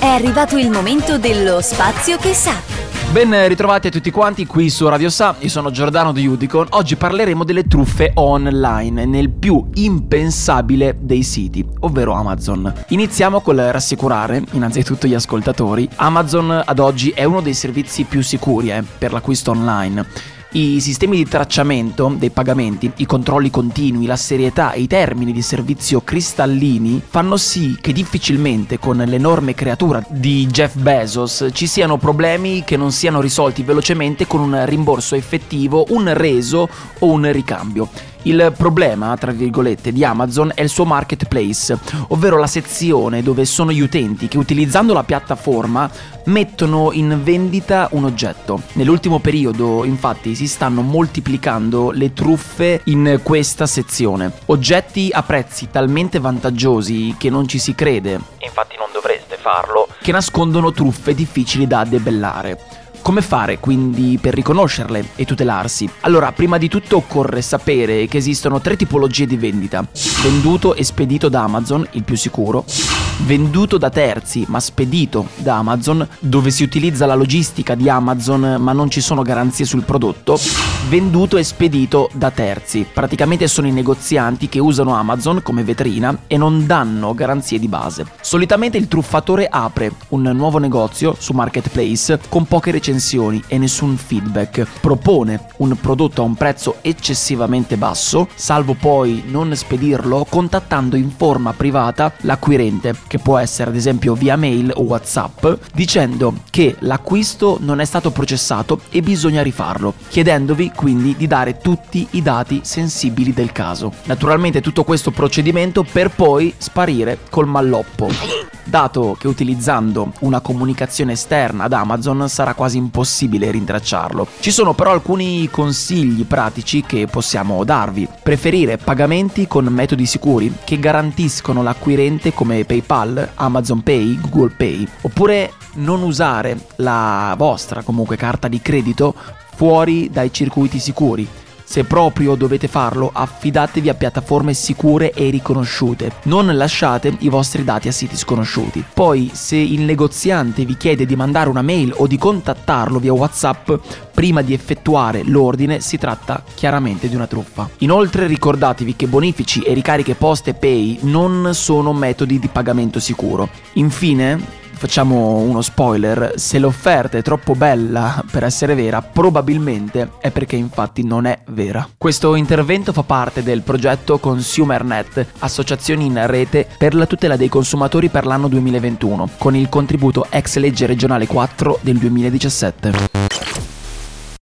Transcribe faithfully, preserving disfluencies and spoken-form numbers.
È arrivato il momento dello spazio che sa. Ben ritrovati a tutti quanti qui su Radio Sa, io sono Giordano di Udicon. Oggi parleremo delle truffe online nel più impensabile dei siti, ovvero Amazon. Iniziamo col rassicurare innanzitutto gli ascoltatori. Amazon ad oggi è uno dei servizi più sicuri eh, per l'acquisto online. I sistemi di tracciamento dei pagamenti, i controlli continui, la serietà e i termini di servizio cristallini fanno sì che difficilmente con l'enorme creatura di Jeff Bezos ci siano problemi che non siano risolti velocemente con un rimborso effettivo, un reso o un ricambio. Il problema, tra virgolette, di Amazon è il suo marketplace, ovvero la sezione dove sono gli utenti che utilizzando la piattaforma mettono in vendita un oggetto. Nell'ultimo periodo, infatti, si stanno moltiplicando le truffe in questa sezione. Oggetti a prezzi talmente vantaggiosi che non ci si crede, e infatti non dovreste farlo, che nascondono truffe difficili da debellare. Come fare quindi per riconoscerle e tutelarsi? Allora, prima di tutto occorre sapere che esistono tre tipologie di vendita: venduto e spedito da Amazon, il più sicuro; venduto da terzi ma spedito da Amazon, dove si utilizza la logistica di Amazon ma non ci sono garanzie sul prodotto; venduto e spedito da terzi, praticamente sono i negozianti che usano Amazon come vetrina e non danno garanzie di base. Solitamente il truffatore apre un nuovo negozio su Marketplace con poche recensioni e nessun feedback, propone un prodotto a un prezzo eccessivamente basso, salvo poi non spedirlo contattando in forma privata l'acquirente, che può essere ad esempio via mail o WhatsApp, dicendo che l'acquisto non è stato processato e bisogna rifarlo, chiedendovi quindi di dare tutti i dati sensibili del caso. Naturalmente tutto questo procedimento per poi sparire col malloppo, dato che utilizzando una comunicazione esterna ad Amazon sarà quasi impossibile rintracciarlo. Ci sono però alcuni consigli pratici che possiamo darvi. Preferire pagamenti con metodi sicuri che garantiscono l'acquirente come PayPal, Amazon Pay, Google Pay, oppure non usare la vostra comunque carta di credito fuori dai circuiti sicuri. Se proprio dovete farlo, affidatevi a piattaforme sicure e riconosciute. Non lasciate i vostri dati a siti sconosciuti. Poi, se il negoziante vi chiede di mandare una mail o di contattarlo via WhatsApp, prima di effettuare l'ordine si tratta chiaramente di una truffa. Inoltre ricordatevi che bonifici e ricariche poste Pay non sono metodi di pagamento sicuro. Infine, facciamo uno spoiler: se l'offerta è troppo bella per essere vera, probabilmente è perché infatti non è vera. Questo intervento fa parte del progetto ConsumerNet, associazioni in rete per la tutela dei consumatori per l'anno duemilaventuno, con il contributo ex legge regionale quattro del duemiladiciassette.